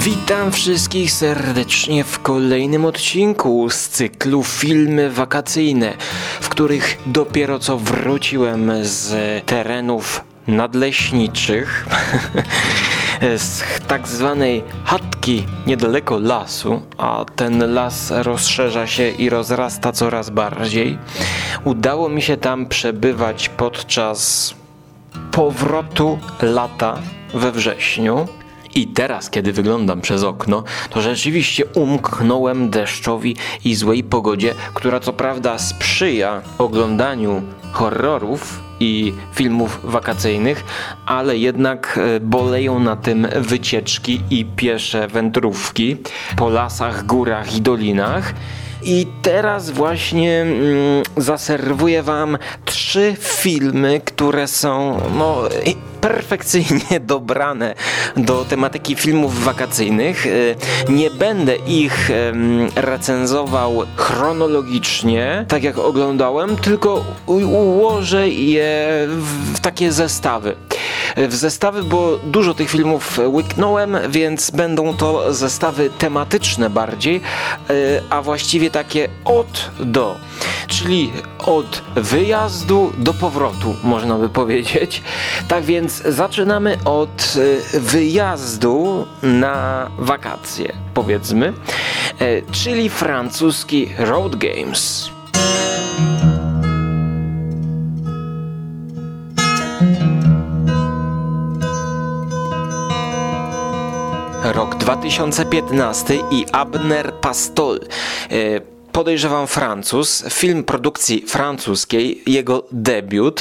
Witam wszystkich serdecznie w kolejnym odcinku z cyklu Filmy Wakacyjne, w których dopiero co wróciłem z terenów nadleśniczych, z tak zwanej chatki niedaleko lasu, a ten las rozszerza się i rozrasta coraz bardziej. Udało mi się tam przebywać podczas powrotu lata we wrześniu. I teraz, kiedy wyglądam przez okno, to rzeczywiście umknąłem deszczowi i złej pogodzie, która co prawda sprzyja oglądaniu horrorów i filmów wakacyjnych, ale jednak boleją na tym wycieczki i piesze wędrówki po lasach, górach i dolinach. I teraz właśnie zaserwuję wam 3 filmy, które są perfekcyjnie dobrane do tematyki filmów wakacyjnych. Nie będę ich recenzował chronologicznie, tak jak oglądałem, tylko ułożę je w takie zestawy. Bo dużo tych filmów łyknąłem, więc będą to zestawy tematyczne bardziej, a właściwie takie od do, czyli od wyjazdu do powrotu, można by powiedzieć. Tak więc zaczynamy od wyjazdu na wakacje, powiedzmy, czyli francuski Road Games. Rok 2015 i Abner Pastol. Podejrzewam Francuz, film produkcji francuskiej, jego debiut.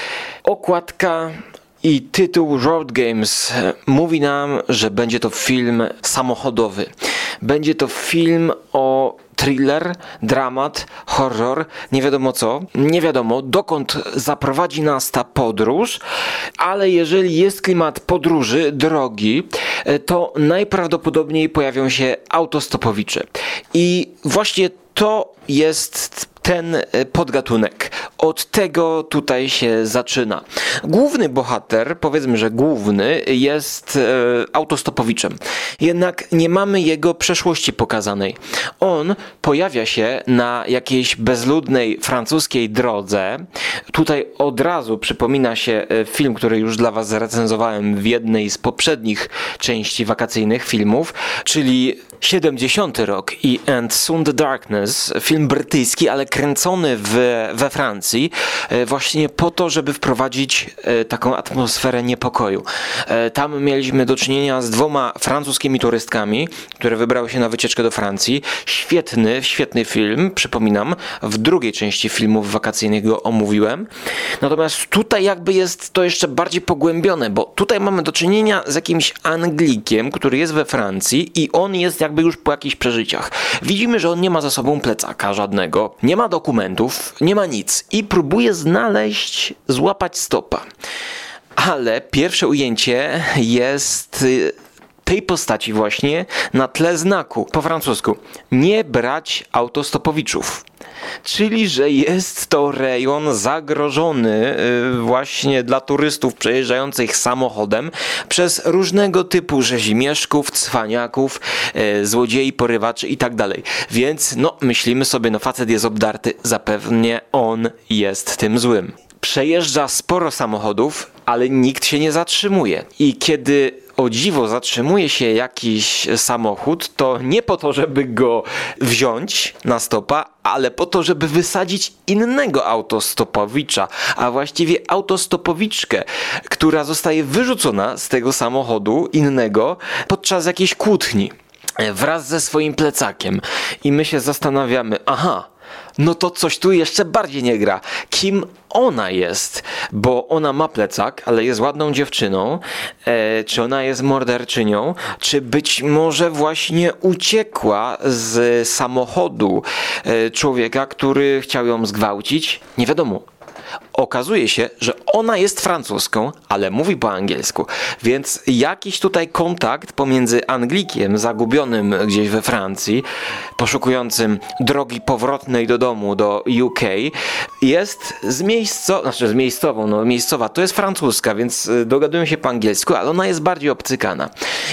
Okładka i tytuł Road Games mówi nam, że będzie to film samochodowy. Będzie to film o thriller, dramat, horror, nie wiadomo co, nie wiadomo dokąd zaprowadzi nas ta podróż, ale jeżeli jest klimat podróży, drogi, to najprawdopodobniej pojawią się autostopowicze. I właśnie to jest ten podgatunek. Od tego tutaj się zaczyna. Główny bohater, powiedzmy, że główny, jest autostopowiczem. Jednak nie mamy jego przeszłości pokazanej. On pojawia się na jakiejś bezludnej francuskiej drodze. Tutaj od razu przypomina się film, który już dla was zarecenzowałem w jednej z poprzednich części wakacyjnych filmów, czyli 70 rok i And Soon the Darkness, film brytyjski, ale kręcony we Francji, właśnie po to, żeby wprowadzić taką atmosferę niepokoju. Tam mieliśmy do czynienia z 2 francuskimi turystkami, które wybrały się na wycieczkę do Francji. Świetny film, przypominam, w drugiej części filmów wakacyjnych go omówiłem. Natomiast tutaj jakby jest to jeszcze bardziej pogłębione, bo tutaj mamy do czynienia z jakimś Anglikiem, który jest we Francji i on jest jakby już po jakichś przeżyciach. Widzimy, że on nie ma za sobą plecaka żadnego, nie ma dokumentów, nie ma nic i próbuje złapać stopa. Ale pierwsze ujęcie jest tej postaci właśnie na tle znaku po francusku: nie brać autostopowiczów. Czyli, że jest to rejon zagrożony właśnie dla turystów przejeżdżających samochodem przez różnego typu rzezimieszków, cwaniaków, złodziei, porywaczy i tak dalej. Więc myślimy sobie, facet jest obdarty, zapewne on jest tym złym. Przejeżdża sporo samochodów, ale nikt się nie zatrzymuje. I kiedy o dziwo zatrzymuje się jakiś samochód, to nie po to, żeby go wziąć na stopa, ale po to, żeby wysadzić innego autostopowicza, a właściwie autostopowiczkę, która zostaje wyrzucona z tego samochodu innego podczas jakiejś kłótni wraz ze swoim plecakiem. I my się zastanawiamy, no to coś tu jeszcze bardziej nie gra. Kim ona jest? Bo ona ma plecak, ale jest ładną dziewczyną. Czy ona jest morderczynią? Czy być może właśnie uciekła z samochodu człowieka, który chciał ją zgwałcić? Nie wiadomo. Okazuje się, że ona jest Francuzką, ale mówi po angielsku, więc jakiś tutaj kontakt pomiędzy Anglikiem zagubionym gdzieś we Francji, poszukującym drogi powrotnej do domu, do UK, jest miejscowa to jest francuska, więc dogadują się po angielsku, ale ona jest bardziej obcykana. I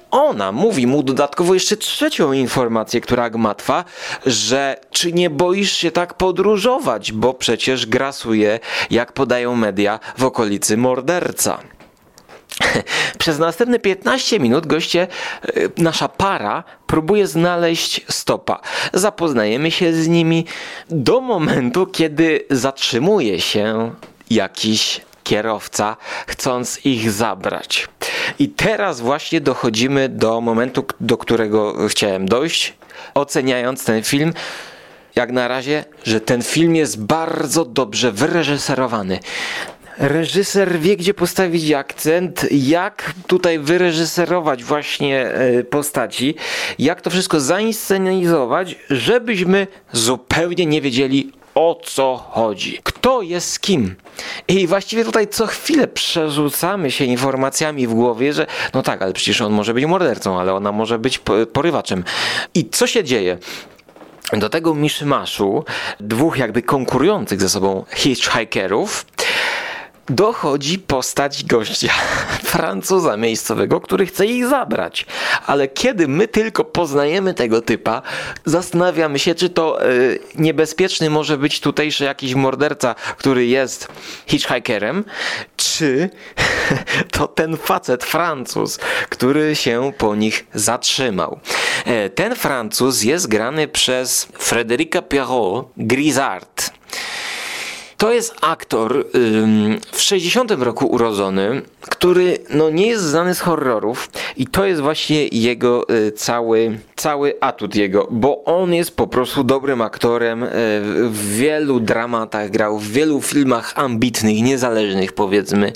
ona mówi mu dodatkowo jeszcze trzecią informację, która gmatwa, że czy nie boisz się tak podróżować, bo przecież grasuje, jak podają media, w okolicy morderca. Przez następne 15 minut goście, nasza para, próbuje znaleźć stopa. Zapoznajemy się z nimi do momentu, kiedy zatrzymuje się jakiś kierowca, chcąc ich zabrać. I teraz właśnie dochodzimy do momentu, do którego chciałem dojść, oceniając ten film. Jak na razie, że ten film jest bardzo dobrze wyreżyserowany. Reżyser wie, gdzie postawić akcent, jak tutaj wyreżyserować właśnie postaci, jak to wszystko zainscenizować, żebyśmy zupełnie nie wiedzieli, o co chodzi. Kto jest z kim? I właściwie tutaj co chwilę przerzucamy się informacjami w głowie, że no tak, ale przecież on może być mordercą, ale ona może być porywaczem. I co się dzieje? Do tego miszmaszu dwóch jakby konkurujących ze sobą hitchhikerów dochodzi postać gościa, Francuza miejscowego, który chce ich zabrać. Ale kiedy my tylko poznajemy tego typa, zastanawiamy się, czy to niebezpieczny może być tutejszy jakiś morderca, który jest hitchhikerem, czy to ten facet, Francuz, który się po nich zatrzymał. Ten Francuz jest grany przez Frédérica Pierrot-Grisart. To jest aktor w 60 roku urodzony, który no, nie jest znany z horrorów i to jest właśnie jego cały atut jego, bo on jest po prostu dobrym aktorem, w wielu dramatach grał, w wielu filmach ambitnych, niezależnych powiedzmy,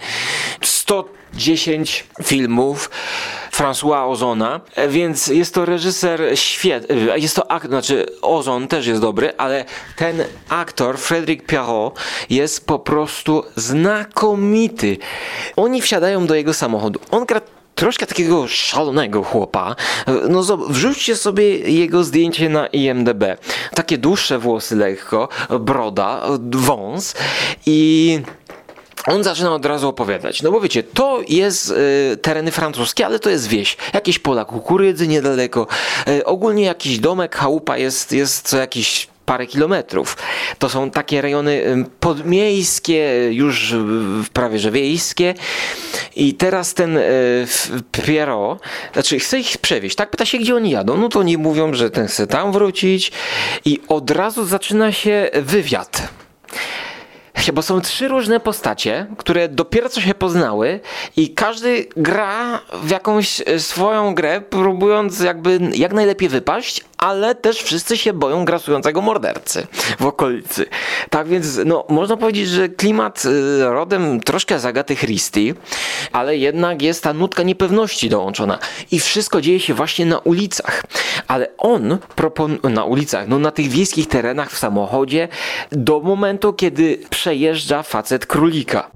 110 filmów François Ozona, więc jest to reżyser świetny, jest to aktor, znaczy Ozon też jest dobry, ale ten aktor, Frédéric Pierrot, jest po prostu znakomity. Oni wsiadają do jego samochodu. On gra troszkę takiego szalonego chłopa. No wrzućcie sobie jego zdjęcie na IMDb. Takie dłuższe włosy lekko, broda, wąs i on zaczyna od razu opowiadać. No bo wiecie, to jest tereny francuskie, ale to jest wieś. Jakieś pola kukurydzy niedaleko. Ogólnie jakiś domek, chałupa jest co jakiś parę kilometrów. To są takie rejony podmiejskie, już prawie że wiejskie. I teraz ten Pierrot, znaczy chce ich przewieźć, tak? Pyta się, gdzie oni jadą. No to oni mówią, że ten chce tam wrócić. I od razu zaczyna się wywiad. Bo są 3 różne postacie, które dopiero co się poznały i każdy gra w jakąś swoją grę, próbując jakby jak najlepiej wypaść, ale też wszyscy się boją grasującego mordercy w okolicy. Tak więc no, można powiedzieć, że klimat rodem troszkę z Agaty Christie, ale jednak jest ta nutka niepewności dołączona i wszystko dzieje się właśnie na ulicach. Ale on na ulicach, no na tych wiejskich terenach w samochodzie do momentu, kiedy przejeżdża facet królika.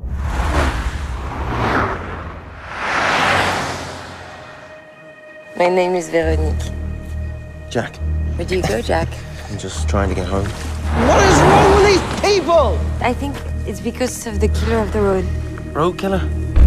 My name is Veronique. Jack, Where do you go, Jack? I'm just trying to get home. What is wrong with these people? I think it's because of the killer of the road. Road killer?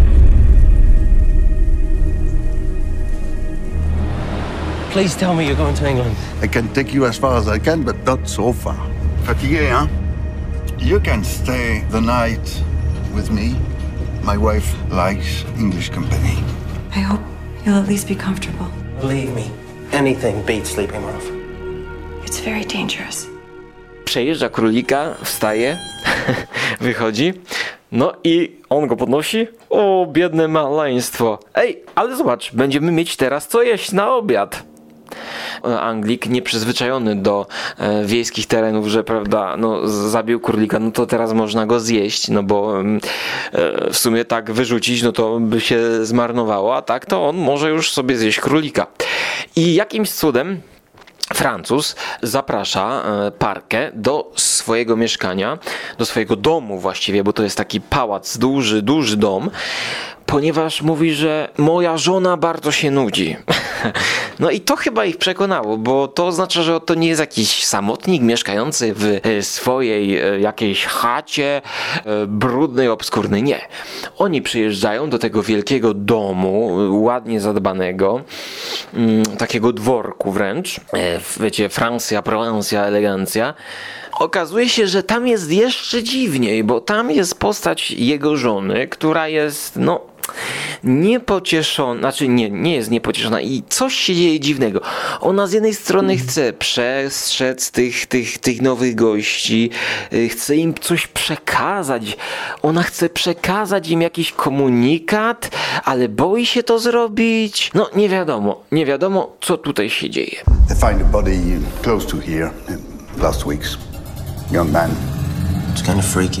Please tell me you're going to England. I can take you as far as I can, but not so far. Fatigué, hein? You can stay the night with me. My wife likes English company. I hope you'll at least be comfortable. Believe me, anything beats sleeping rough. It's very dangerous. Przejeżdża królika, wstaje, wychodzi, no i on go podnosi. O, biedne maleństwo. Ej, ale zobacz, będziemy mieć teraz co jeść na obiad. Anglik nieprzyzwyczajony do wiejskich terenów, że prawda, no zabił królika, no to teraz można go zjeść, no bo w sumie tak wyrzucić, no to by się zmarnowało, a tak to on może już sobie zjeść królika. I jakimś cudem Francuz zaprasza parkę do swojego mieszkania, do swojego domu właściwie, bo to jest taki pałac, duży dom. ponieważ mówi, że moja żona bardzo się nudzi. No i to chyba ich przekonało, bo to oznacza, że to nie jest jakiś samotnik mieszkający w swojej jakiejś chacie brudnej, obskurnej. Nie. Oni przyjeżdżają do tego wielkiego domu, ładnie zadbanego, takiego dworku wręcz. Wiecie, Francja, Prowencja, elegancja. Okazuje się, że tam jest jeszcze dziwniej, bo tam jest postać jego żony, która jest, niepocieszona, znaczy nie jest niepocieszona i coś się dzieje dziwnego. Ona z jednej strony chce przestrzec tych nowych gości, chce im coś przekazać. Ona chce przekazać im jakiś komunikat, ale boi się to zrobić. No nie wiadomo co tutaj się dzieje. They find a body close to here last week's young man. It's kind of freaky.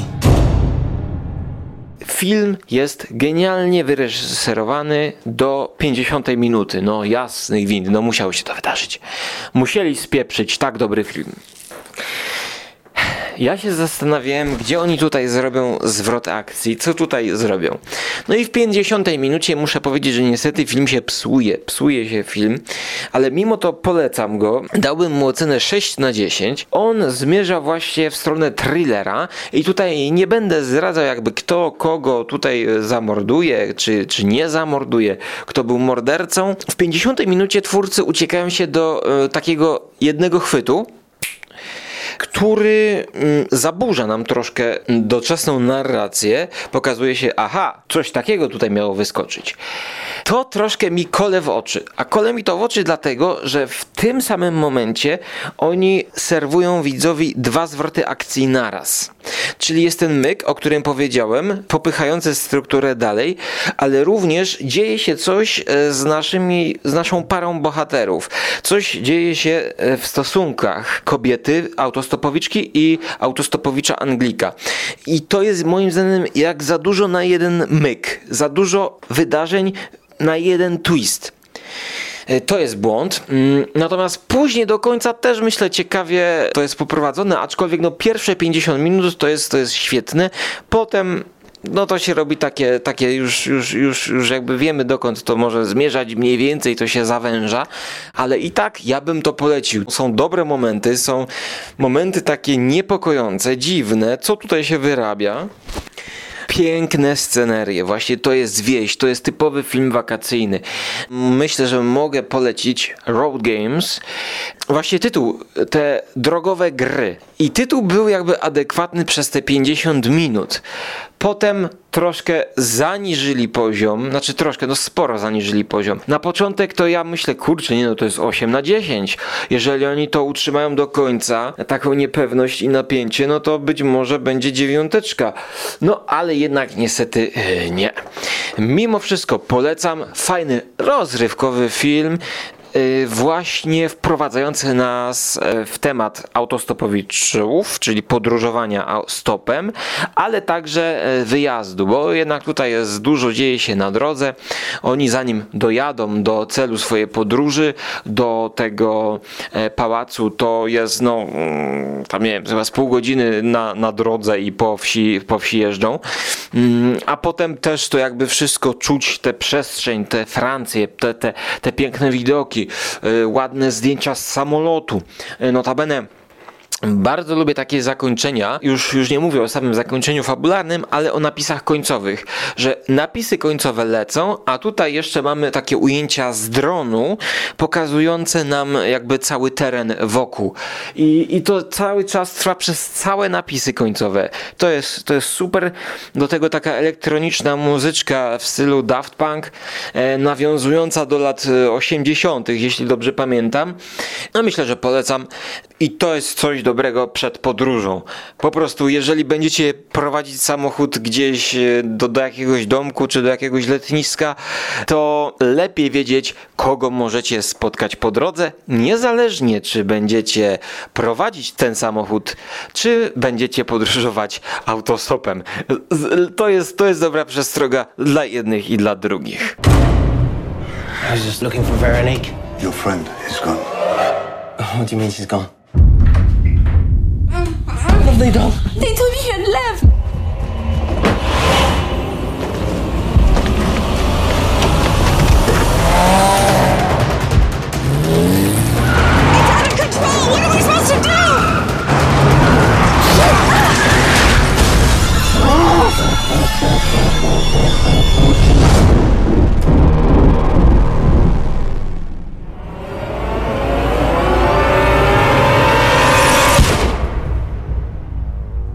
Film jest genialnie wyreżyserowany do 50 minuty. No jasny gwint, musiało się to wydarzyć. Musieli spieprzyć tak dobry film. Ja się zastanawiałem, gdzie oni tutaj zrobią zwrot akcji, co tutaj zrobią. No i w 50 minucie muszę powiedzieć, że niestety film się psuje się film, ale mimo to polecam go, dałbym mu ocenę 6/10. On zmierza właśnie w stronę thrillera i tutaj nie będę zdradzał jakby kto kogo tutaj zamorduje, czy nie zamorduje, kto był mordercą. W 50 minucie twórcy uciekają się do takiego jednego chwytu, który zaburza nam troszkę doczesną narrację. Pokazuje się, coś takiego tutaj miało wyskoczyć. To troszkę mi kole w oczy. A kole mi to w oczy dlatego, że w tym samym momencie oni serwują widzowi 2 zwroty akcji naraz. Czyli jest ten myk, o którym powiedziałem, popychający strukturę dalej, ale również dzieje się coś z naszą parą bohaterów. Coś dzieje się w stosunkach kobiety, autostopowiczki i autostopowicza Anglika. I to jest moim zdaniem jak za dużo na jeden myk. Za dużo wydarzeń na jeden twist. To jest błąd, natomiast później do końca też myślę ciekawie to jest poprowadzone, aczkolwiek pierwsze 50 minut to jest świetne, potem to się robi takie już jakby wiemy dokąd to może zmierzać, mniej więcej to się zawęża, ale i tak ja bym to polecił. Są dobre momenty, są momenty takie niepokojące, dziwne, co tutaj się wyrabia. Piękne scenerie, właśnie to jest wieś, to jest typowy film wakacyjny. Myślę, że mogę polecić Road Games. Właśnie tytuł, te drogowe gry. I tytuł był jakby adekwatny przez te 50 minut. Potem troszkę zaniżyli poziom, sporo zaniżyli poziom. Na początek to ja myślę, to jest 8/10. Jeżeli oni to utrzymają do końca, taką niepewność i napięcie, to być może będzie 9. Ale jednak niestety nie. Mimo wszystko polecam, fajny, rozrywkowy film, właśnie wprowadzający nas w temat autostopowiczów, czyli podróżowania stopem, ale także wyjazdu, bo jednak tutaj jest dużo, dzieje się na drodze. Oni zanim dojadą do celu swojej podróży, do tego pałacu, to jest tam nie wiem, chyba z pół godziny na drodze i po wsi jeżdżą, a potem też to jakby wszystko czuć, tę przestrzeń, tę Francję, te piękne widoki, ładne zdjęcia z samolotu. Notabene bardzo lubię takie zakończenia, już nie mówię o samym zakończeniu fabularnym, ale o napisach końcowych, że napisy końcowe lecą, a tutaj jeszcze mamy takie ujęcia z dronu pokazujące nam jakby cały teren wokół. I to cały czas trwa przez całe napisy końcowe. To jest super. Do tego taka elektroniczna muzyczka w stylu Daft Punk, nawiązująca do lat 80., jeśli dobrze pamiętam. Myślę, że polecam i to jest coś dobrego przed podróżą. Po prostu, jeżeli będziecie prowadzić samochód gdzieś do jakiegoś domku czy do jakiegoś letniska, to lepiej wiedzieć, kogo możecie spotkać po drodze, niezależnie czy będziecie prowadzić ten samochód, czy będziecie podróżować autostopem. To jest dobra przestroga dla jednych i dla drugich. I was just looking for Veronique. Your friend is gone. What do you mean she's gone? What have they done? They told me you had left.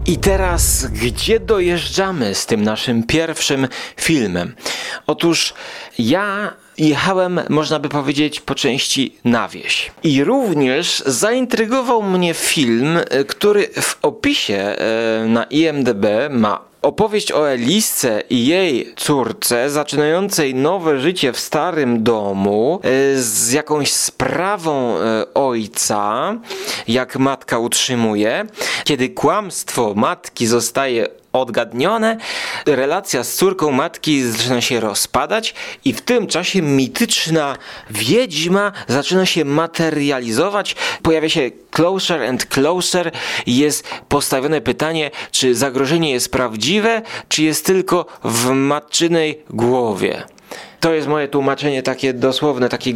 I teraz, gdzie dojeżdżamy z tym naszym pierwszym filmem? Otóż ja jechałem, można by powiedzieć, po części na wieś. I również zaintrygował mnie film, który w opisie na IMDb ma opowieść o Elisce i jej córce zaczynającej nowe życie w starym domu z jakąś sprawą ojca, jak matka utrzymuje. Kiedy kłamstwo matki zostaje odgadnione, relacja z córką matki zaczyna się rozpadać i w tym czasie mityczna wiedźma zaczyna się materializować. Pojawia się closer and closer i jest postawione pytanie, czy zagrożenie jest prawdziwe, czy jest tylko w matczynej głowie. To jest moje tłumaczenie takie dosłowne, taki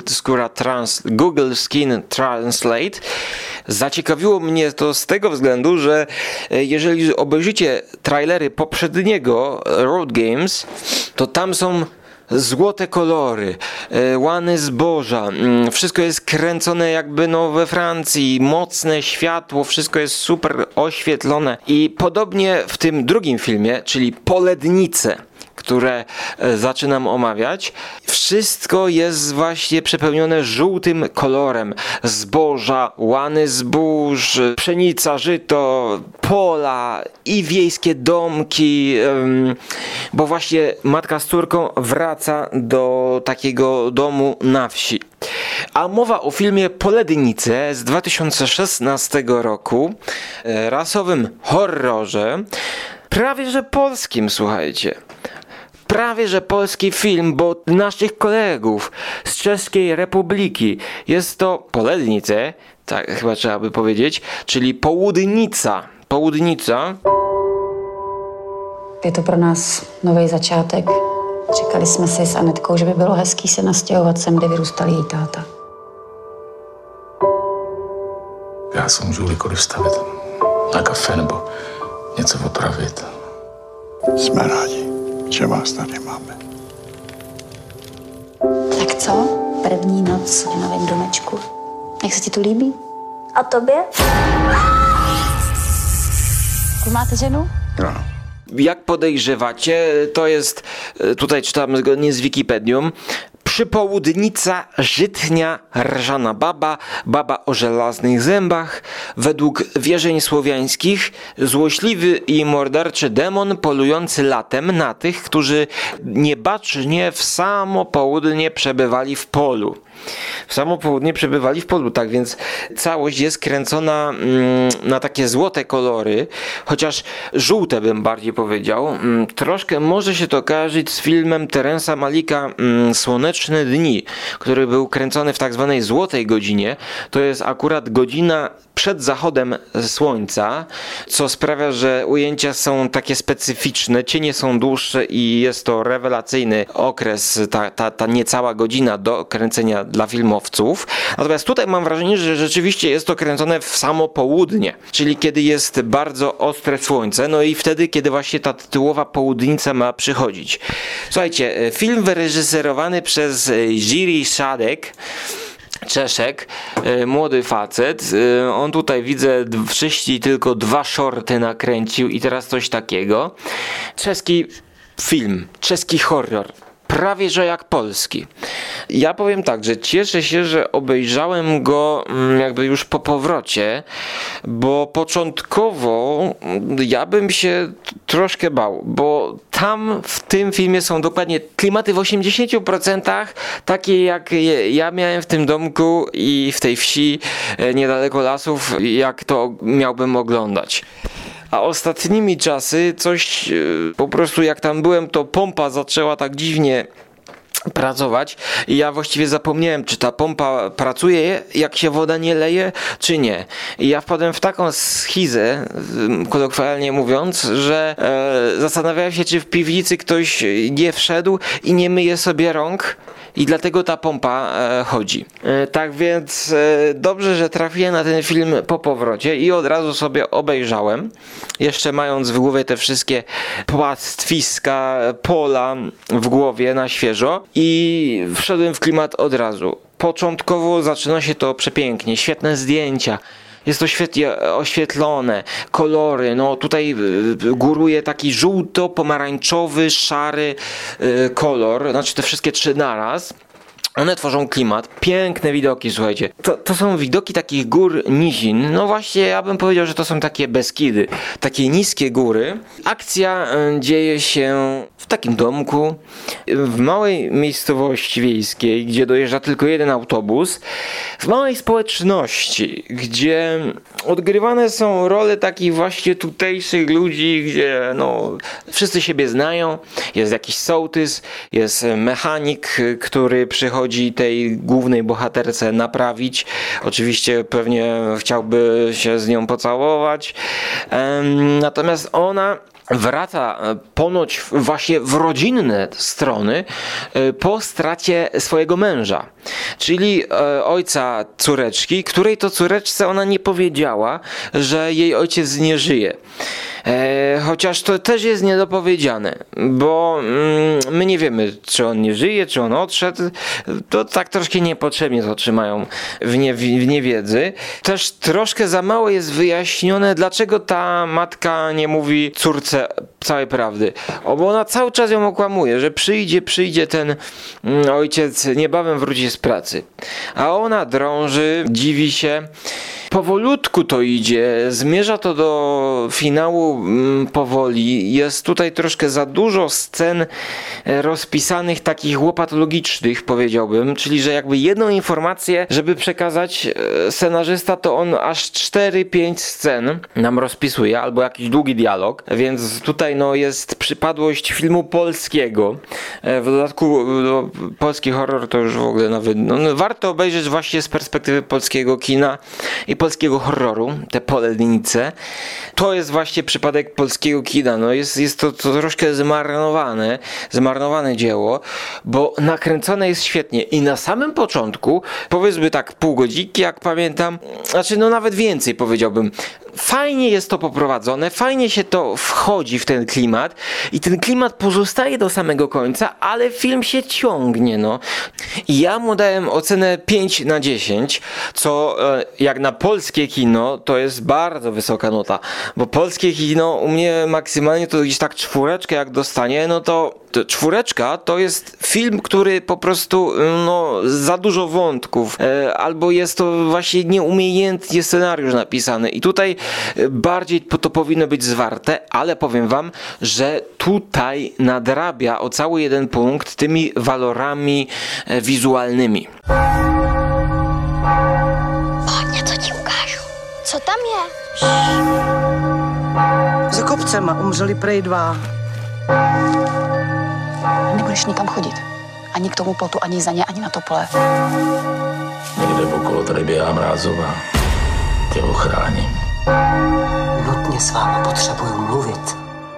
Google Skin Translate. Zaciekawiło mnie to z tego względu, że jeżeli obejrzycie trailery poprzedniego Road Games, to tam są złote kolory, łany zboża, wszystko jest kręcone jakby we Francji, mocne światło, wszystko jest super oświetlone i podobnie w tym drugim filmie, czyli Polednice, które zaczynam omawiać, wszystko jest właśnie przepełnione żółtym kolorem. Zboża, łany zbóż, pszenica, żyto, pola i wiejskie domki, bo właśnie matka z córką wraca do takiego domu na wsi. A mowa o filmie Polednice z 2016 roku, rasowym horrorze, prawie że polskim, słuchajcie. Prawie że polski film, bo naszych kolegów z Czeskiej Republiki. Jest to Polednice, tak chyba trzeba by powiedzieć, czyli Południca. Południca. Je to pro nás nový začátek. Říkali jsme si s Anetkou, že by bylo hezký se nastěhovat sem, kde vyrůstal její táta. Já se můžu kdykoliv stavit na kafe nebo něco opravit. Jsme rádi, že vás tady máme. Tak co? První noc v novém domečku. Jak se ti tu líbí? A tobě? Vy máte ženu? No. Jak podejrzewacie, to jest, tutaj czytam zgodnie z Wikipedią, przypołudnica, żytnia, rżana baba, baba o żelaznych zębach. Według wierzeń słowiańskich złośliwy i morderczy demon polujący latem na tych, którzy niebacznie w samo południe przebywali w polu. W samo południe przebywali w polu, tak więc całość jest kręcona na takie złote kolory, chociaż żółte bym bardziej powiedział. Troszkę może się to kojarzyć z filmem Terensa Malika Słoneczne dni, który był kręcony w tak zwanej złotej godzinie. To jest akurat godzina przed zachodem słońca, co sprawia, że ujęcia są takie specyficzne, cienie są dłuższe i jest to rewelacyjny okres, ta niecała godzina do kręcenia dla filmowców. Natomiast tutaj mam wrażenie, że rzeczywiście jest to kręcone w samo południe, czyli kiedy jest bardzo ostre słońce, no i wtedy, kiedy właśnie ta tytułowa południca ma przychodzić. Słuchajcie, film wyreżyserowany przez Jiří Šádek, Czeszek, młody facet, on tutaj widzę wcześniej tylko 2 shorty nakręcił i teraz coś takiego. Czeski film, czeski horror. Prawie że jak polski. Ja powiem tak, że cieszę się, że obejrzałem go jakby już po powrocie, bo początkowo ja bym się troszkę bał, bo tam w tym filmie są dokładnie klimaty w 80% takie jak ja miałem w tym domku i w tej wsi niedaleko lasów, jak to miałbym oglądać. A ostatnimi czasy coś po prostu jak tam byłem, to pompa zaczęła tak dziwnie pracować i ja właściwie zapomniałem, czy ta pompa pracuje, jak się woda nie leje, czy nie. I ja wpadłem w taką schizę, kolokwialnie mówiąc, że zastanawiałem się, czy w piwnicy ktoś nie wszedł i nie myje sobie rąk. I dlatego ta pompa chodzi. Tak więc dobrze, że trafiłem na ten film po powrocie i od razu sobie obejrzałem. Jeszcze mając w głowie te wszystkie płastwiska, pola w głowie na świeżo. I wszedłem w klimat od razu. Początkowo zaczyna się to przepięknie. Świetne zdjęcia. Jest to świetnie oświetlone, kolory, no tutaj góruje taki żółto-pomarańczowy, szary kolor, znaczy te wszystkie trzy naraz. One tworzą klimat, piękne widoki, słuchajcie. To są widoki takich gór nizin. No właśnie, ja bym powiedział, że to są takie Beskidy, takie niskie góry. Akcja dzieje się w takim domku, w małej miejscowości wiejskiej, gdzie dojeżdża tylko jeden autobus, w małej społeczności, gdzie odgrywane są role takich właśnie tutejszych ludzi, gdzie no wszyscy siebie znają. Jest jakiś sołtys, jest mechanik, który przychodzi tej głównej bohaterce naprawić. Oczywiście pewnie chciałby się z nią pocałować. Natomiast ona wraca ponoć właśnie w rodzinne strony po stracie swojego męża, czyli ojca córeczki, której to córeczce ona nie powiedziała, że jej ojciec nie żyje. Chociaż to też jest niedopowiedziane, bo my nie wiemy, czy on nie żyje, czy on odszedł. To tak troszkę niepotrzebnie to trzymają w niewiedzy. Też troszkę za mało jest wyjaśnione, dlaczego ta matka nie mówi córce całej prawdy. Bo ona cały czas ją okłamuje, że przyjdzie ten ojciec, niebawem wróci z pracy. A ona drąży, dziwi się. Powolutku to idzie, zmierza to do finału powoli. Jest tutaj troszkę za dużo scen rozpisanych takich łopatologicznych, powiedziałbym, czyli że jakby jedną informację, żeby przekazać scenarzysta, to on aż 4-5 scen nam rozpisuje, albo jakiś długi dialog, więc tutaj no jest przypadłość filmu polskiego. W dodatku no, polski horror to już w ogóle nawet warto obejrzeć właśnie z perspektywy polskiego kina i polskiego horroru, te polednice. To jest właśnie przypadek polskiego kina. No jest to troszkę zmarnowane dzieło, bo nakręcone jest świetnie i na samym początku, powiedzmy tak pół godzinki, jak pamiętam, znaczy no nawet więcej powiedziałbym, fajnie jest to poprowadzone, fajnie się to wchodzi w ten klimat i ten klimat pozostaje do samego końca, ale film się ciągnie, no. I ja mu dałem ocenę 5/10, co jak na polskie kino to jest bardzo wysoka nota, bo polskie kino u mnie maksymalnie to gdzieś tak 4 jak dostanie, no to 4 to jest film, który po prostu no za dużo wątków, albo jest to właśnie nieumiejętnie scenariusz napisany i tutaj bardziej to powinno być zwarte, ale powiem wam, że tutaj nadrabia o cały jeden punkt tymi walorami wizualnymi. Hodně, co ti ukážu. Co tam je? Za kopcema umřeli prej 2. Nebudeš nikam chodit. Ani k tomu plotu, ani za ně, ani na to pole. Někde okolo tady běhá Mrázová. Tě ochráním. Nutně s váma potřebuju mluvit.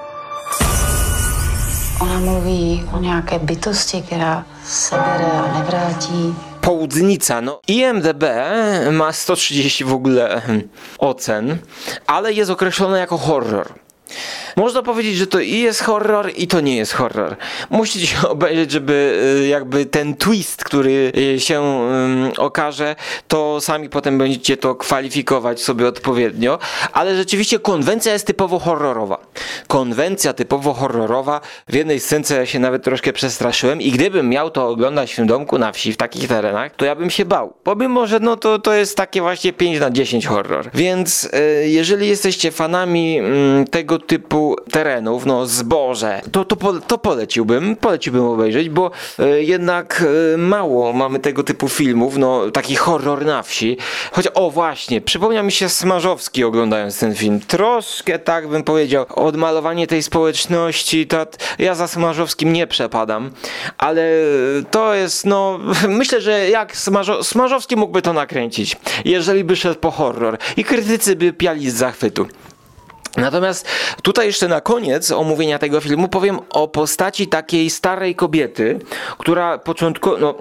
Ona mluví o nějaké bytosti, která se bere a nevrátí. Południca, no IMDb ma 130 w ogóle ocen, ale jest określone jako horror. Można powiedzieć, że to i jest horror, i to nie jest horror. Musicie obejrzeć, żeby jakby ten twist, który się okaże, to sami potem będziecie to kwalifikować sobie odpowiednio, ale rzeczywiście konwencja jest typowo horrorowa. Konwencja typowo horrorowa. W jednej scence ja się nawet troszkę przestraszyłem i gdybym miał to oglądać w tym domku na wsi, w takich terenach, to ja bym się bał. Pomimo, że no to jest takie właśnie 5/10 horror. Więc jeżeli jesteście fanami tego typu terenów, no zboże, to poleciłbym obejrzeć, bo jednak mało mamy tego typu filmów, no taki horror na wsi. Choć o właśnie, przypomniał mi się Smarzowski oglądając ten film. Troszkę tak bym powiedział, odmalowanie tej społeczności, ja za Smarzowskim nie przepadam, ale to jest, no myślę, że jak Smarzowski mógłby to nakręcić, jeżeli by szedł po horror i krytycy by piali z zachwytu. Natomiast tutaj jeszcze na koniec omówienia tego filmu powiem o postaci takiej starej kobiety, która początkowo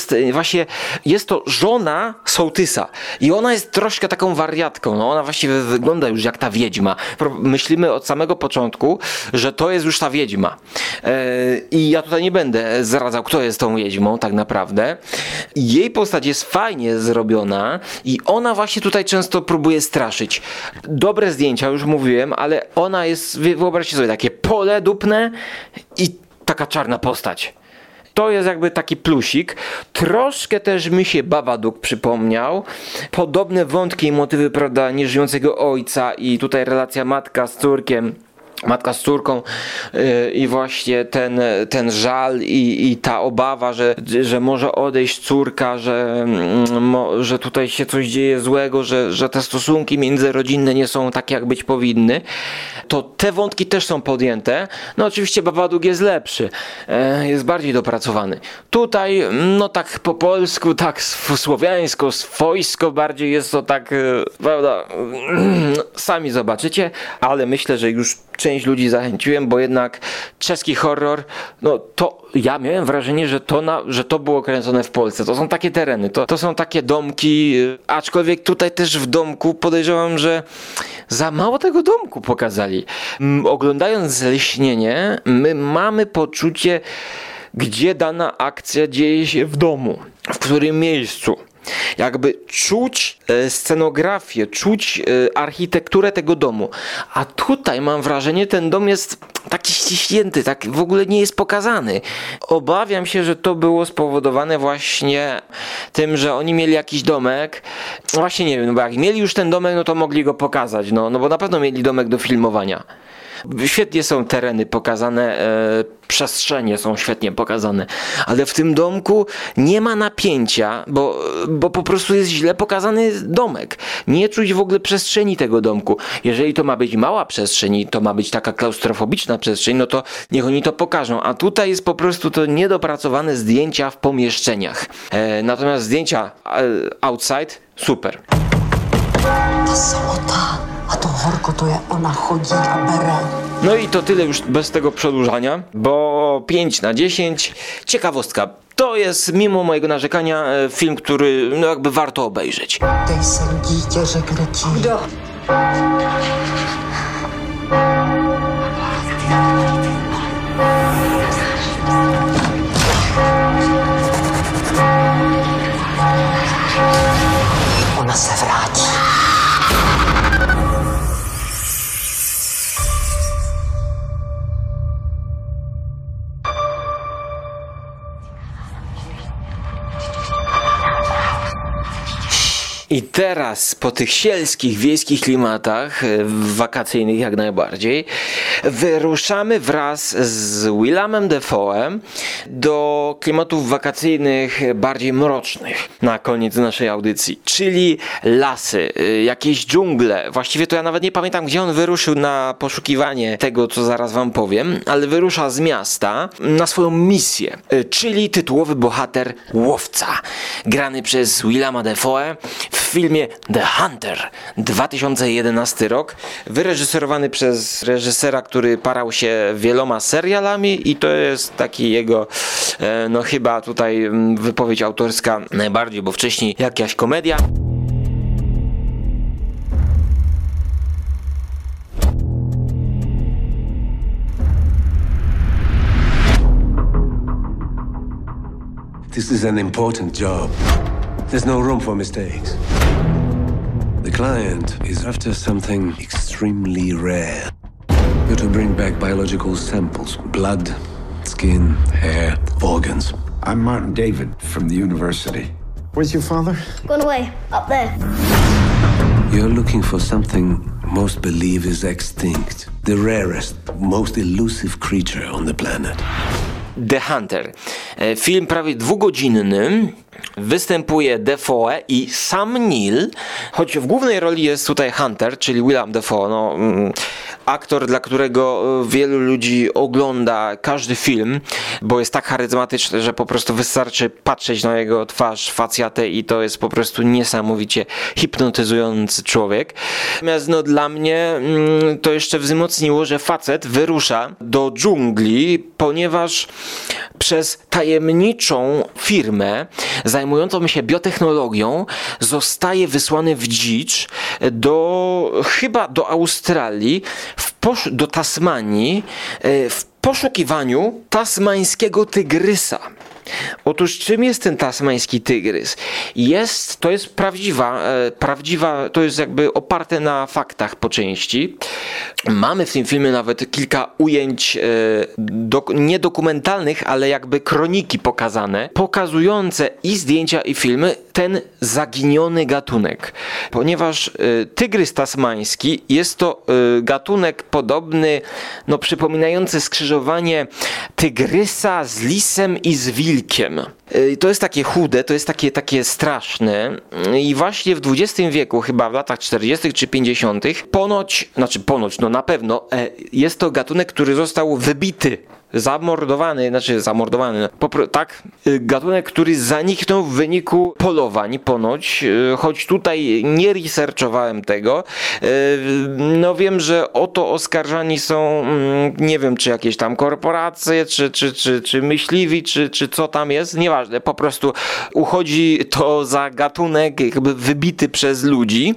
jest to żona sołtysa i ona jest troszkę taką wariatką, ona właściwie wygląda już jak ta wiedźma. Myślimy od samego początku, że to jest już ta wiedźma. I ja tutaj nie będę zdradzał, kto jest tą wiedźmą tak naprawdę. Jej postać jest fajnie zrobiona i ona właśnie tutaj często próbuje straszyć. Dobre zdjęcia, już mówiłem, ale ona jest, wyobraźcie sobie, takie pole dupne i taka czarna postać. To jest jakby taki plusik. Troszkę też mi się Babadook przypomniał. Podobne wątki i motywy, prawda, nieżyjącego ojca i tutaj relacja matka z córką i właśnie ten żal i ta obawa, że może odejść córka, że tutaj się coś dzieje złego, że te stosunki międzyrodzinne nie są takie, jak być powinny, to te wątki też są podjęte. No oczywiście Babadook jest lepszy, jest bardziej dopracowany. Tutaj, no tak po polsku, tak słowiańsko, swojsko bardziej jest to tak, prawda, sami zobaczycie, ale myślę, że już część ludzi zachęciłem, bo jednak czeski horror, no to ja miałem wrażenie, że to było kręcone w Polsce. To są takie tereny, to są takie domki, aczkolwiek tutaj też w domku podejrzewam, że za mało tego domku pokazali. Oglądając Zleśnienie, my mamy poczucie, gdzie dana akcja dzieje się w domu, w którym miejscu. Jakby czuć scenografię, czuć architekturę tego domu. A tutaj mam wrażenie, ten dom jest taki ściśnięty, tak w ogóle nie jest pokazany. Obawiam się, że to było spowodowane właśnie tym, że oni mieli jakiś domek. Właśnie nie wiem, no bo jak mieli już ten domek, no to mogli go pokazać. No bo na pewno mieli domek do filmowania. Świetnie są tereny pokazane, przestrzenie są świetnie pokazane, ale w tym domku nie ma napięcia, bo po prostu jest źle pokazany domek. Nie czuć w ogóle przestrzeni tego domku. Jeżeli to ma być mała przestrzeń i to ma być taka klaustrofobiczna przestrzeń, no to niech oni to pokażą. A tutaj jest po prostu to niedopracowane zdjęcia w pomieszczeniach. Natomiast zdjęcia outside super. Ta samota, a to horko to jak ona chodzi a bere. No i to tyle już bez tego przedłużania, bo 5/10. Ciekawostka. To jest, mimo mojego narzekania, film, który no jakby warto obejrzeć. Dej sem dítě, řekne ti. Kdo? Ona se vrátí. I teraz po tych sielskich, wiejskich klimatach, wakacyjnych jak najbardziej, wyruszamy wraz z Willemem Dafoe'em do klimatów wakacyjnych bardziej mrocznych na koniec naszej audycji, czyli lasy, jakieś dżungle. Właściwie to ja nawet nie pamiętam, gdzie on wyruszył na poszukiwanie tego, co zaraz wam powiem, ale wyrusza z miasta na swoją misję, czyli tytułowy bohater Łowca, grany przez Willema Dafoe w filmie The Hunter, 2011 rok, wyreżyserowany przez reżysera, który parał się wieloma serialami i to jest taki jego, no chyba tutaj wypowiedź autorska najbardziej, bo wcześniej jakaś komedia. This is an important job. There's no room for mistakes. The client is after something extremely rare. You're to bring back biological samples, blood, skin, hair, organs. I'm Martin David from the university. Where's your father? Gone away, up there. You're looking for something most believe is extinct. The rarest, most elusive creature on the planet. The Hunter. Film prawie 2-godzinny, Występuje Dafoe i Sam Neill, choć w głównej roli jest tutaj Hunter, czyli Willem Dafoe, aktor, dla którego wielu ludzi ogląda każdy film, bo jest tak charyzmatyczny, że po prostu wystarczy patrzeć na jego twarz, facjatę i to jest po prostu niesamowicie hipnotyzujący człowiek. Natomiast dla mnie to jeszcze wzmocniło, że facet wyrusza do dżungli, ponieważ przez tajemniczą firmę zajmującą się biotechnologią zostaje wysłany w dzicz chyba do Australii, do Tasmanii w poszukiwaniu tasmańskiego tygrysa. Otóż czym jest ten tasmański tygrys? To jest prawdziwa, to jest jakby oparte na faktach po części. Mamy w tym filmie nawet kilka ujęć niedokumentalnych, ale jakby kroniki pokazujące i zdjęcia, i filmy ten zaginiony gatunek. Ponieważ tygrys tasmański jest to gatunek podobny, przypominający skrzyżowanie tygrysa z lisem i z wilkiem. To jest takie chude, to jest takie straszne i właśnie w XX wieku, chyba w latach 40. czy 50. Na pewno jest to gatunek, który został wybity, zamordowany, gatunek, który zaniknął w wyniku polowań ponoć, choć tutaj nie researchowałem tego. Wiem, że o to oskarżani są, nie wiem, czy jakieś tam korporacje, czy myśliwi, czy co tam jest, nieważne, po prostu uchodzi to za gatunek jakby wybity przez ludzi.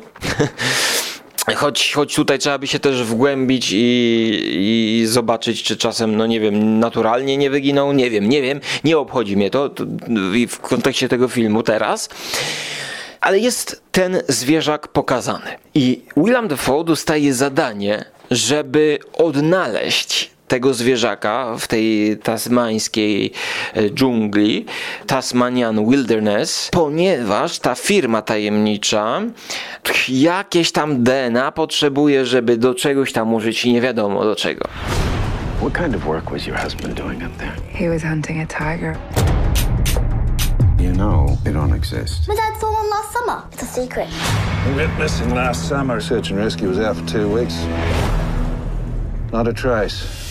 Choć tutaj trzeba by się też wgłębić i zobaczyć, czy czasem, naturalnie nie wyginął, nie wiem, nie obchodzi mnie to w kontekście tego filmu teraz. Ale jest ten zwierzak pokazany. I Willem Dafoe dostaje zadanie, żeby odnaleźć tego zwierzaka w tej tasmańskiej dżungli, Tasmanian Wilderness, ponieważ ta firma tajemnicza jakieś tam DNA potrzebuje, żeby do czegoś tam użyć i nie wiadomo do czego. What kind of work was your husband doing up there? He was hunting a tiger. You know they don't exist. My dad saw one last summer. It's a secret. We went missing last summer. Search and rescue was there for 2 weeks. Not a trace.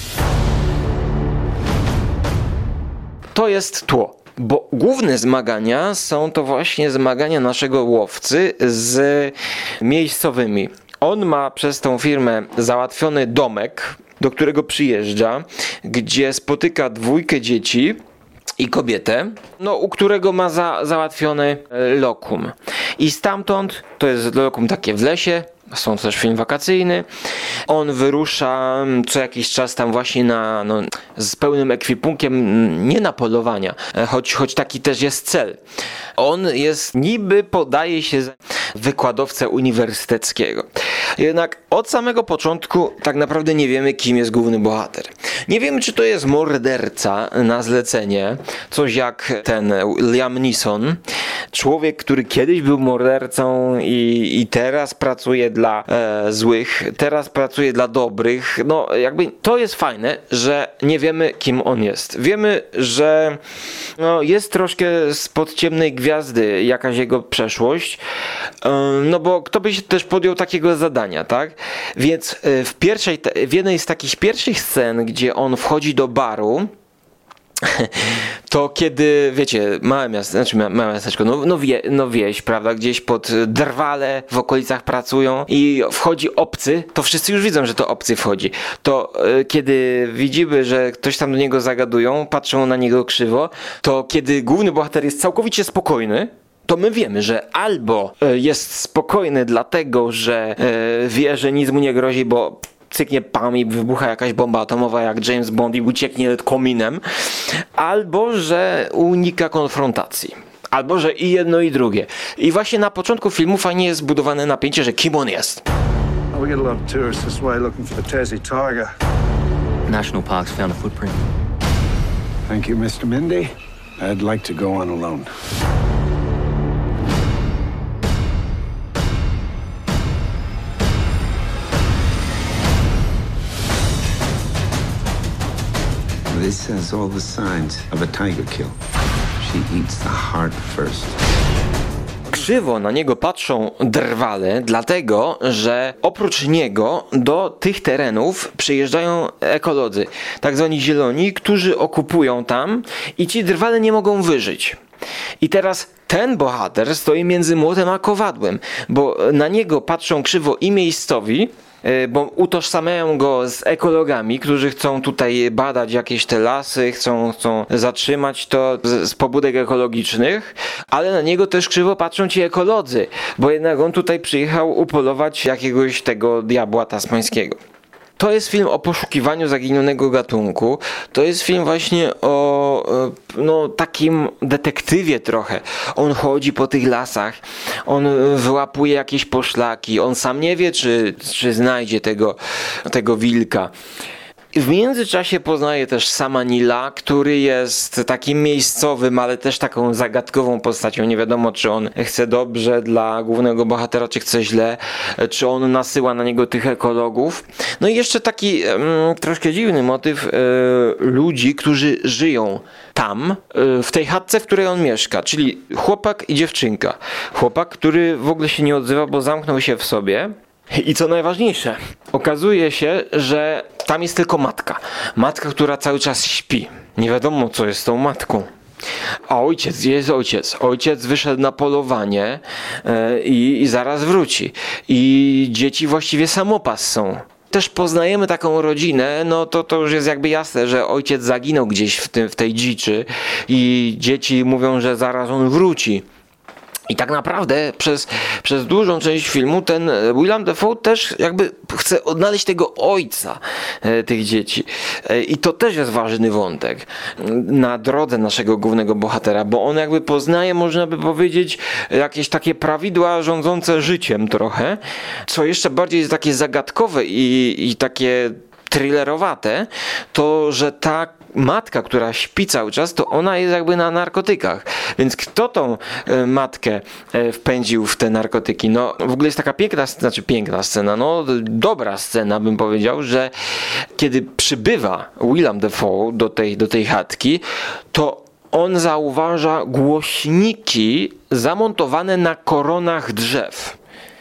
To jest tło, bo główne zmagania są to właśnie zmagania naszego łowcy z miejscowymi. On ma przez tą firmę załatwiony domek, do którego przyjeżdża, gdzie spotyka 2 dzieci i kobietę, u którego ma załatwiony lokum. I stamtąd, to jest lokum takie w lesie, są też film wakacyjny, on wyrusza co jakiś czas tam właśnie z pełnym ekwipunkiem, nie na polowania, choć taki też jest cel. On podaje się za wykładowcę uniwersyteckiego. Jednak od samego początku tak naprawdę nie wiemy, kim jest główny bohater. Nie wiemy, czy to jest morderca na zlecenie, coś jak ten Liam Neeson, człowiek, który kiedyś był mordercą i teraz pracuje dla złych, teraz pracuje dla dobrych. To jest fajne, że nie wiemy, kim on jest. Wiemy, że jest troszkę spod ciemnej gwiazdy jakaś jego przeszłość, bo kto by się też podjął takiego zadania, tak? Więc w jednej z takich pierwszych scen, gdzie on wchodzi do baru, to kiedy, wiecie, małe miasteczko, wieś, prawda, gdzieś pod Drwale w okolicach pracują i wchodzi obcy, to wszyscy już widzą, że to obcy wchodzi. To kiedy widzimy, że ktoś tam do niego zagadują, patrzą na niego krzywo, to kiedy główny bohater jest całkowicie spokojny, to my wiemy, że albo jest spokojny dlatego, że wie, że nic mu nie grozi, bo cyknie pam i wybucha jakaś bomba atomowa jak James Bond i ucieknie kominem, albo że unika konfrontacji. Albo że i jedno i drugie. I właśnie na początku filmu fajnie jest zbudowane napięcie, że kim on jest. We get a lot of tourists this way looking for the Tassie tiger. National Parks found a footprint. Thank you, Mr. Mindy. I'd like to go on alone. This has all the signs of a tiger kill. he eats the heart first. Krzywo na niego patrzą drwale, dlatego, że oprócz niego do tych terenów przyjeżdżają ekolodzy, tak zwani zieloni, którzy okupują tam i ci drwale nie mogą wyżyć. I teraz ten bohater stoi między młotem a kowadłem, bo na niego patrzą krzywo i miejscowi, bo utożsamiają go z ekologami, którzy chcą tutaj badać jakieś te lasy, chcą zatrzymać to z pobudek ekologicznych, ale na niego też krzywo patrzą ci ekolodzy, bo jednak on tutaj przyjechał upolować jakiegoś tego diabła tasmańskiego. To jest film o poszukiwaniu zaginionego gatunku. To jest film właśnie o takim detektywie trochę. On chodzi po tych lasach, on wyłapuje jakieś poszlaki, on sam nie wie, czy znajdzie tego wilka. W międzyczasie poznaje też sama Nila, który jest takim miejscowym, ale też taką zagadkową postacią. Nie wiadomo, czy on chce dobrze dla głównego bohatera, czy chce źle, czy on nasyła na niego tych ekologów. No i jeszcze taki troszkę dziwny motyw ludzi, którzy żyją tam, w tej chatce, w której on mieszka, czyli chłopak i dziewczynka. Chłopak, który w ogóle się nie odzywa, bo zamknął się w sobie. I co najważniejsze, okazuje się, że tam jest tylko matka. Matka, która cały czas śpi. Nie wiadomo, co jest z tą matką. A ojciec jest ojciec. Ojciec wyszedł na polowanie i zaraz wróci. I dzieci właściwie samopas są. Też poznajemy taką rodzinę, no to już jest jakby jasne, że ojciec zaginął gdzieś w tej dziczy i dzieci mówią, że zaraz on wróci. I tak naprawdę przez dużą część filmu ten Willem Dafoe też jakby chce odnaleźć tego ojca tych dzieci. I to też jest ważny wątek na drodze naszego głównego bohatera, bo on jakby poznaje, można by powiedzieć, jakieś takie prawidła rządzące życiem trochę, co jeszcze bardziej jest takie zagadkowe i takie thrillerowate, to że ta matka, która śpi cały czas, to ona jest jakby na narkotykach. Więc kto tą matkę wpędził w te narkotyki? No w ogóle jest taka piękna scena, dobra scena bym powiedział, że kiedy przybywa Willem Dafoe do tej chatki, to on zauważa głośniki zamontowane na koronach drzew.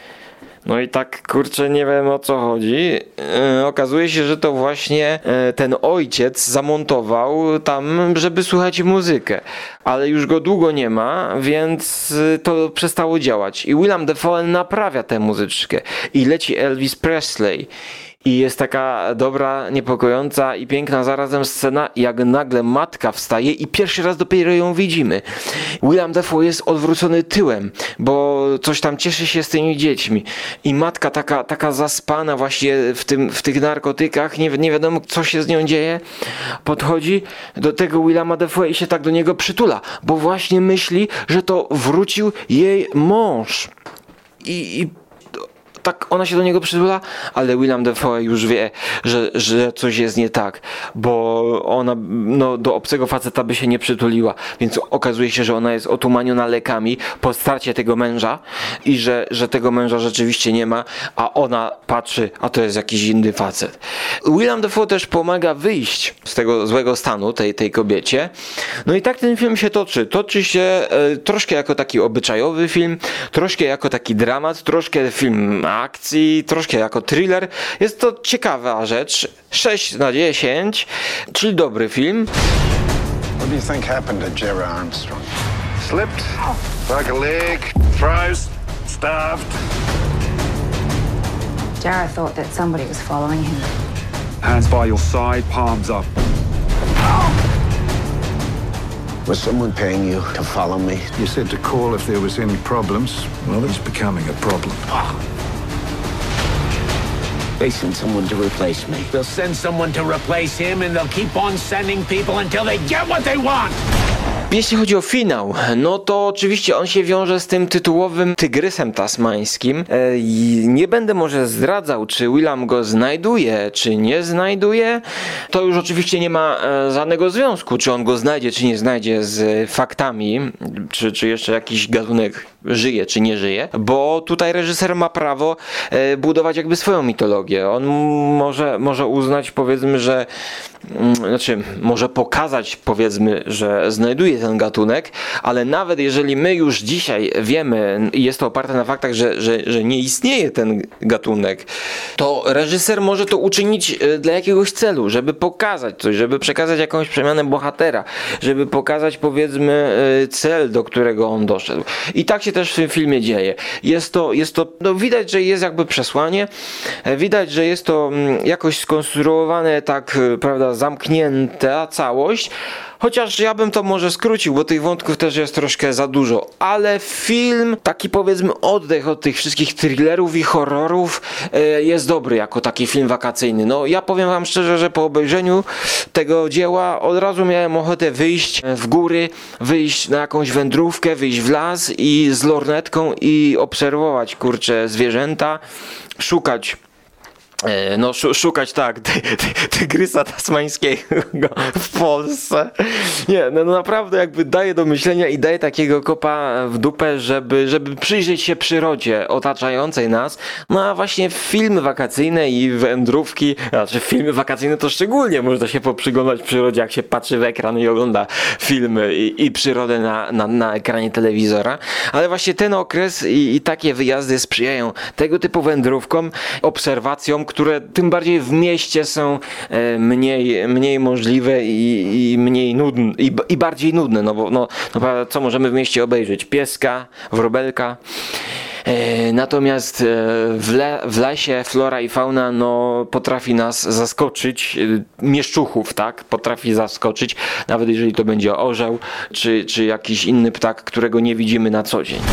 No i tak, kurczę, nie wiem o co chodzi. Okazuje się, że to właśnie ten ojciec zamontował tam, żeby słuchać muzykę. Ale już go długo nie ma, więc to przestało działać. I Willem Dafoe naprawia tę muzyczkę. I leci Elvis Presley. I jest taka dobra, niepokojąca i piękna zarazem scena, jak nagle matka wstaje i pierwszy raz dopiero ją widzimy. Willem Dafoe jest odwrócony tyłem, bo coś tam cieszy się z tymi dziećmi. I matka taka zaspana właśnie w tych narkotykach, nie wiadomo co się z nią dzieje, podchodzi do tego Willema Dafoe i się tak do niego przytula, bo właśnie myśli, że to wrócił jej mąż. I tak ona się do niego przytula, ale Willem Dafoe już wie, że coś jest nie tak, bo ona do obcego faceta by się nie przytuliła, więc okazuje się, że ona jest otumaniona lekami po stracie tego męża i że tego męża rzeczywiście nie ma, a ona patrzy, a to jest jakiś inny facet. Willem Dafoe też pomaga wyjść z tego złego stanu tej kobiecie. No i tak ten film się toczy. Toczy się troszkę jako taki obyczajowy film, troszkę jako taki dramat, troszkę film akcji, troszkę jako thriller. Jest to ciekawa rzecz. 6/10, czyli dobry film. What do you think happened to Jerry Armstrong? Slipped, broke a leg, froze, starved. Jared thought that somebody was following him. Hands by your side, palms up. Was someone paying you to follow me? You said to call if there was any problems. Well, it's becoming a problem. They send someone to replace me. They'll send someone to replace him and they'll keep on sending people until they get what they want. Jeśli chodzi o finał, no to oczywiście on się wiąże z tym tytułowym tygrysem tasmańskim. Nie będę może zdradzał, czy Willem go znajduje, czy nie znajduje. To już oczywiście nie ma żadnego związku, czy on go znajdzie, czy nie znajdzie z faktami, czy jeszcze jakiś gatunek żyje czy nie żyje, bo tutaj reżyser ma prawo budować jakby swoją mitologię. On może uznać, powiedzmy, że może pokazać, powiedzmy, że znajduje ten gatunek, ale nawet jeżeli my już dzisiaj wiemy i jest to oparte na faktach, że nie istnieje ten gatunek, to reżyser może to uczynić dla jakiegoś celu, żeby pokazać coś, żeby przekazać jakąś przemianę bohatera, żeby pokazać, powiedzmy, cel, do którego on doszedł. I tak się też w tym filmie dzieje. Jest to no widać, że jest jakby przesłanie, widać, że jest to jakoś skonstruowane tak, prawda, zamknięta całość, chociaż ja bym to może skrócił, bo tych wątków też jest troszkę za dużo, ale film, taki powiedzmy oddech od tych wszystkich thrillerów i horrorów jest dobry jako taki film wakacyjny. No ja powiem wam szczerze, że po obejrzeniu tego dzieła od razu miałem ochotę wyjść w góry, wyjść na jakąś wędrówkę, wyjść w las i z lornetką i obserwować, kurczę, zwierzęta, szukać tak tygrysa tasmańskiego w Polsce. Nie, no naprawdę jakby daje do myślenia i daje takiego kopa w dupę, żeby przyjrzeć się przyrodzie otaczającej nas. No a właśnie filmy wakacyjne i wędrówki, znaczy filmy wakacyjne to szczególnie można się poprzyglądać przyrodzie, jak się patrzy w ekran i ogląda filmy i przyrodę na ekranie telewizora. Ale właśnie ten okres i takie wyjazdy sprzyjają tego typu wędrówkom, obserwacjom, które tym bardziej w mieście są mniej możliwe i mniej nudne i bardziej nudne, no bo co możemy w mieście obejrzeć? Pieska, wróbelka. Natomiast w lesie flora i fauna potrafi nas zaskoczyć, mieszczuchów, tak? Potrafi zaskoczyć, nawet jeżeli to będzie orzeł czy jakiś inny ptak, którego nie widzimy na co dzień.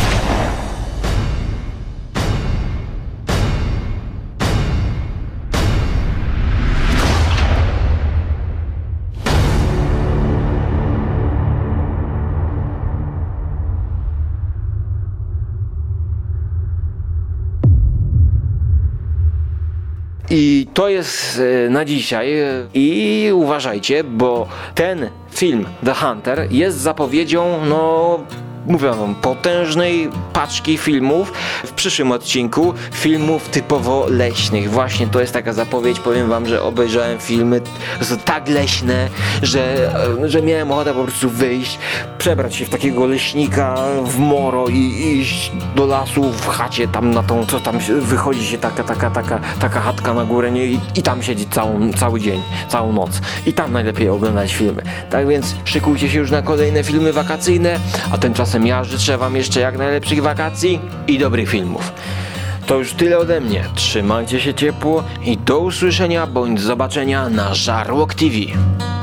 I to jest na dzisiaj i uważajcie, bo ten film The Hunter jest zapowiedzią, mówię wam, potężnej paczki filmów w przyszłym odcinku, filmów typowo leśnych. Właśnie to jest taka zapowiedź, powiem wam, że obejrzałem filmy tak leśne, że miałem ochotę po prostu wyjść, przebrać się w takiego leśnika w moro i iść do lasu w chacie tam na tą, co tam wychodzi się taka chatka na górę, nie? I tam siedzi cały dzień, całą noc. I tam najlepiej oglądać filmy. Tak więc szykujcie się już na kolejne filmy wakacyjne, a tymczasem ja życzę wam jeszcze jak najlepszych wakacji i dobrych filmów. To już tyle ode mnie. Trzymajcie się ciepło i do usłyszenia bądź zobaczenia na Żarłok TV.